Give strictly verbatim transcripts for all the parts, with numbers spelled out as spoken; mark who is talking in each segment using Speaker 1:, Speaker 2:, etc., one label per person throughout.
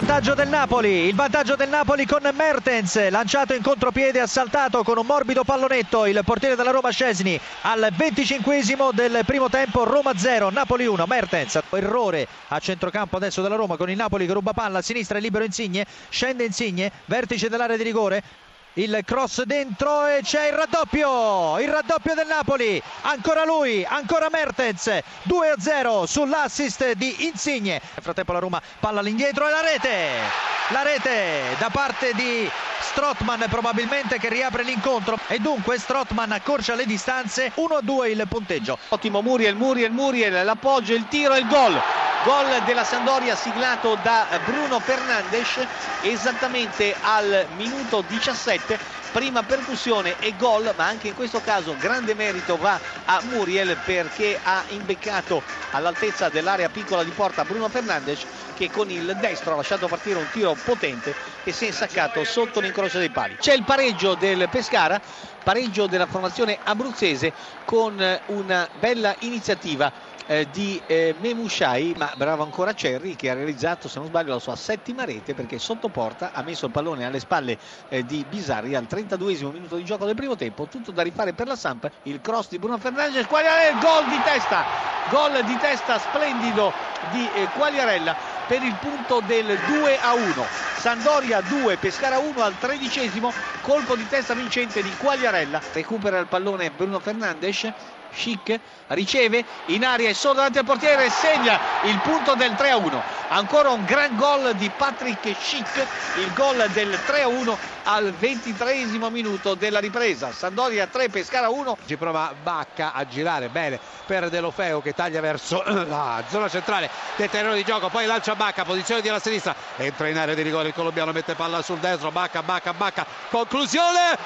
Speaker 1: vantaggio del Napoli, il vantaggio del Napoli con Mertens, lanciato in contropiede, assaltato con un morbido pallonetto il portiere della Roma Szczęsny al venticinquesimo del primo tempo. Roma zero, Napoli uno. Mertens, errore a centrocampo adesso della Roma con il Napoli che ruba palla a sinistra, è libero Insigne, scende Insigne, vertice dell'area di rigore. Il cross dentro e c'è il raddoppio, il raddoppio del Napoli, ancora lui, ancora Mertens, due a zero sull'assist di Insigne. Nel frattempo la Roma palla all'indietro e la rete, la rete da parte di Strootman probabilmente, che riapre l'incontro e dunque Strootman accorcia le distanze. Uno a due il punteggio.
Speaker 2: Ottimo Muriel, Muriel, Muriel, l'appoggio, il tiro e il gol. Gol della Sampdoria siglato da Bruno Fernandes esattamente al minuto diciassette, prima percussione e gol, ma anche in questo caso grande merito va a Muriel perché ha imbeccato all'altezza dell'area piccola di porta Bruno Fernandes, che con il destro ha lasciato partire un tiro potente che si è insaccato sotto l'incrocio dei pali. C'è il pareggio del Pescara, pareggio della formazione abruzzese con una bella iniziativa Eh, di eh, Memushai, ma bravo ancora Cerri, che ha realizzato, se non sbaglio, la sua settima rete, perché sotto porta ha messo il pallone alle spalle eh, di Bizzarri al trentaduesimo minuto di gioco del primo tempo. Tutto da rifare per la Samp, il cross di Bruno Fernandes, Quagliarella, gol di testa, gol di testa splendido di eh, Quagliarella per il punto del due a uno. Sampdoria due, Pescara uno al tredicesimo, colpo di testa vincente di Quagliarella. Recupera il pallone Bruno Fernandes, Schick riceve in aria e solo davanti al portiere e segna il punto del tre a uno. Ancora un gran gol di Patrick Schick, il gol del tre a uno al ventitreesimo minuto della ripresa. Sampdoria tre, Pescara uno.
Speaker 3: Ci prova Bacca a girare bene per De Lofeo, che taglia verso la zona centrale del terreno di gioco, poi lancia Bacca, posizione di alla sinistra, entra in area di rigore il colombiano, mette palla sul destro, Bacca, Bacca, Bacca, conclusione,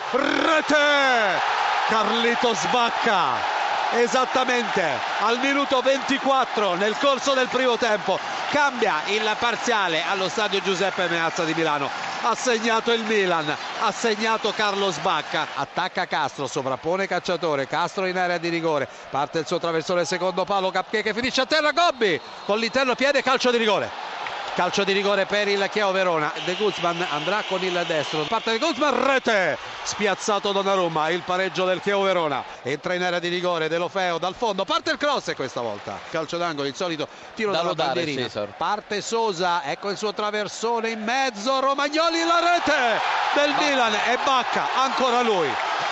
Speaker 3: rete! Carlitos Bacca, esattamente al minuto ventiquattro nel corso del primo tempo, cambia il parziale allo stadio Giuseppe Meazza di Milano. Ha segnato il Milan, ha segnato Carlos Bacca, attacca Castro, sovrappone Cacciatore, Castro in area di rigore, parte il suo traversone, secondo palo, Capché che finisce a terra, Gobbi con l'interno piede, calcio di rigore. Calcio di rigore per il Chievo Verona. De Guzman andrà con il destro, parte di Guzman, rete, spiazzato Donnarumma, il pareggio del Chievo Verona. Entra in area di rigore De Lofeo dal fondo, parte il cross e questa volta calcio d'angolo, il solito tiro da dalla bandierina. Parte Sosa, ecco il suo traversone in mezzo, Romagnoli, la rete del Milan e Bacca, ancora lui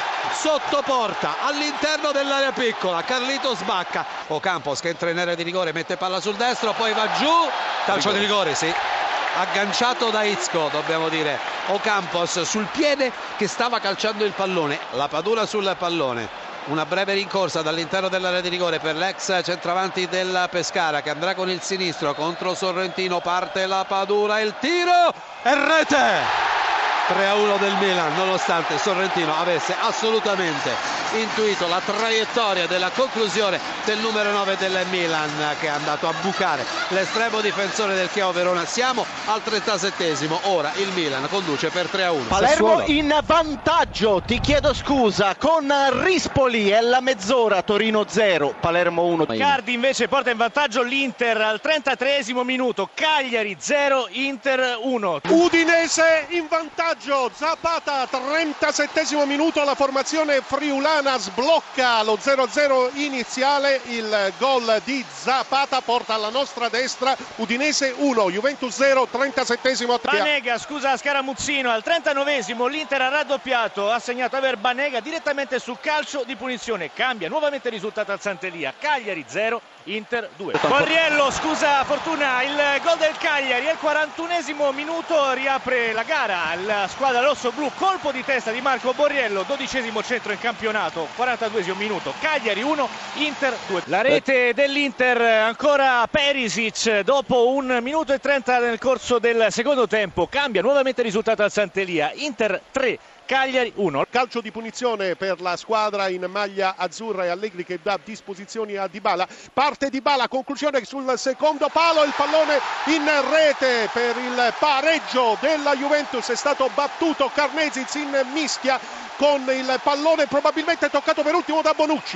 Speaker 3: sotto porta all'interno dell'area piccola, Carlitos Bacca. Ocampos che entra in area di rigore, mette palla sul destro, poi va giù, calcio di rigore, sì, agganciato da Izco, dobbiamo dire, Ocampos sul piede che stava calciando il pallone, la Padula sul pallone. Una breve rincorsa dall'interno dell'area di rigore per l'ex centravanti della Pescara, che andrà con il sinistro contro Sorrentino, parte la Padula, il tiro e rete! tre a uno del Milan, nonostante Sorrentino avesse assolutamente intuito la traiettoria della conclusione del numero nove del Milan, che è andato a bucare l'estremo difensore del Chievo Verona. Siamo al trentasettesimo, ora il Milan conduce per tre a uno.
Speaker 4: Palermo in vantaggio, ti chiedo scusa, con Rispoli è la mezz'ora, Torino zero, Palermo uno.
Speaker 5: Cardi invece porta in vantaggio l'Inter al trentatreesimo minuto, Cagliari zero, Inter uno.
Speaker 6: Udinese in vantaggio, Zapata, trentasettesimo minuto, la formazione friulana sblocca lo zero a zero iniziale, il gol di Zapata porta alla nostra destra Udinese uno, Juventus zero, trentasettesimo.
Speaker 5: Banega, scusa Scaramuzzino, al trentanovesimo l'Inter ha raddoppiato, ha segnato Aver Banega direttamente su calcio di punizione, cambia nuovamente il risultato al Santelia, Cagliari zero, Inter due. Borriello, scusa Fortuna, il gol del Cagliari al quarantunesimo minuto riapre la gara, la squadra rosso-blu, colpo di testa di Marco Borriello, dodicesimo centro in campionato, quarantaduesimo minuto, Cagliari uno, Inter due. La rete dell'Inter, ancora Perisic, dopo un minuto e trenta nel corso del secondo tempo, cambia nuovamente il risultato al Santelia, Inter tre, Cagliari uno.
Speaker 6: Calcio di punizione per la squadra in maglia azzurra e Allegri che dà disposizioni a Dybala. Parte Dybala, conclusione sul secondo palo, il pallone in rete per il pareggio della Juventus. È stato battuto Karnezic in mischia con il pallone probabilmente toccato per ultimo da Bonucci.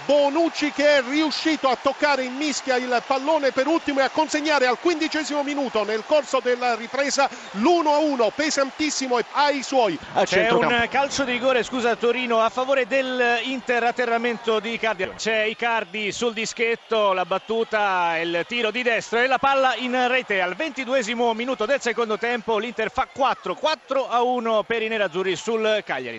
Speaker 6: Bonucci che è riuscito a toccare in mischia il pallone per ultimo e a consegnare al quindicesimo minuto nel corso della ripresa l'uno a uno pesantissimo ai suoi.
Speaker 5: C'è un calcio di rigore, scusa, Torino a favore dell'Inter, atterramento di Icardi. C'è Icardi sul dischetto, la battuta, il tiro di destra e la palla in rete. Al ventiduesimo minuto del secondo tempo l'Inter fa quattro a uno per i nerazzurri sul Cagliari.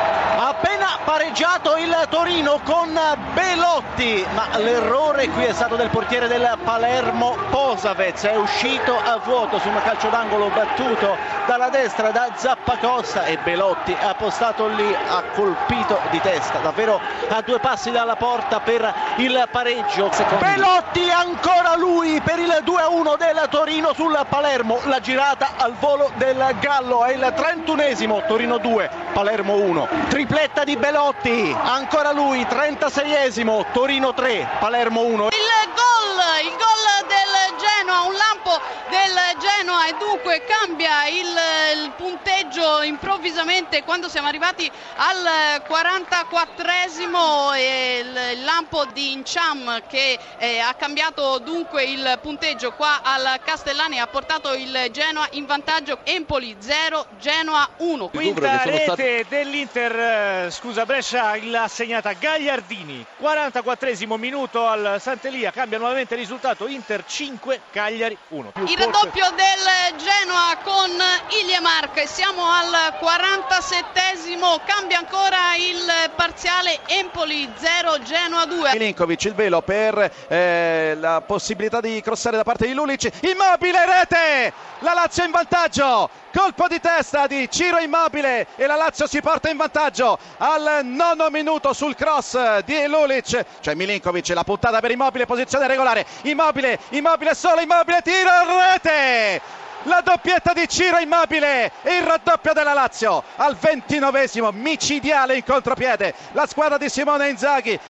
Speaker 4: Appena pareggiato il Torino con Belotti, ma l'errore qui è stato del portiere del Palermo Posavec, è uscito a vuoto su un calcio d'angolo battuto dalla destra da Zappacosta e Belotti ha postato lì, ha colpito di testa davvero a due passi dalla porta per il pareggio. Secondi. Belotti ancora lui per il due a uno del Torino sul Palermo, la girata al volo del Gallo, è il trentunesimo, Torino due, Palermo uno, tripletta di Belotti, ancora lui, trentaseiesimo, Torino tre, Palermo uno.
Speaker 7: Il gol, il gol del Genoa, un lampo del Genoa e dunque cambia il, il punteggio improvvisamente quando siamo arrivati al quarantaquattresimo e il, il lampo di Incham che eh, ha cambiato dunque il punteggio qua al Castellani, ha portato il Genoa in vantaggio. Empoli zero, Genoa uno.
Speaker 5: Quinta rete stati... dell'Inter, scusa Brescia, l'ha segnata Gagliardini, quarantaquattresimo minuto al Sant'Elia, cambia nuovamente il risultato, Inter cinque, Cagliari uno.
Speaker 7: Il raddoppio del Genoa con Iliemark, siamo al quarantasettesimo, cambia ancora il parziale, Empoli zero, Genoa due.
Speaker 8: Milinkovic, il velo per eh, la possibilità di crossare da parte di Lulic, Immobile, rete, la Lazio in vantaggio, colpo di testa di Ciro Immobile e la Lazio si porta in vantaggio al nono minuto sul cross di Lulic, cioè Milinkovic, la puntata per Immobile, posizione regolare, Immobile, Immobile solo, Immobile, tiro, rete! La doppietta di Ciro Immobile e il raddoppio della Lazio al ventinovesimo, micidiale in contropiede la squadra di Simone Inzaghi.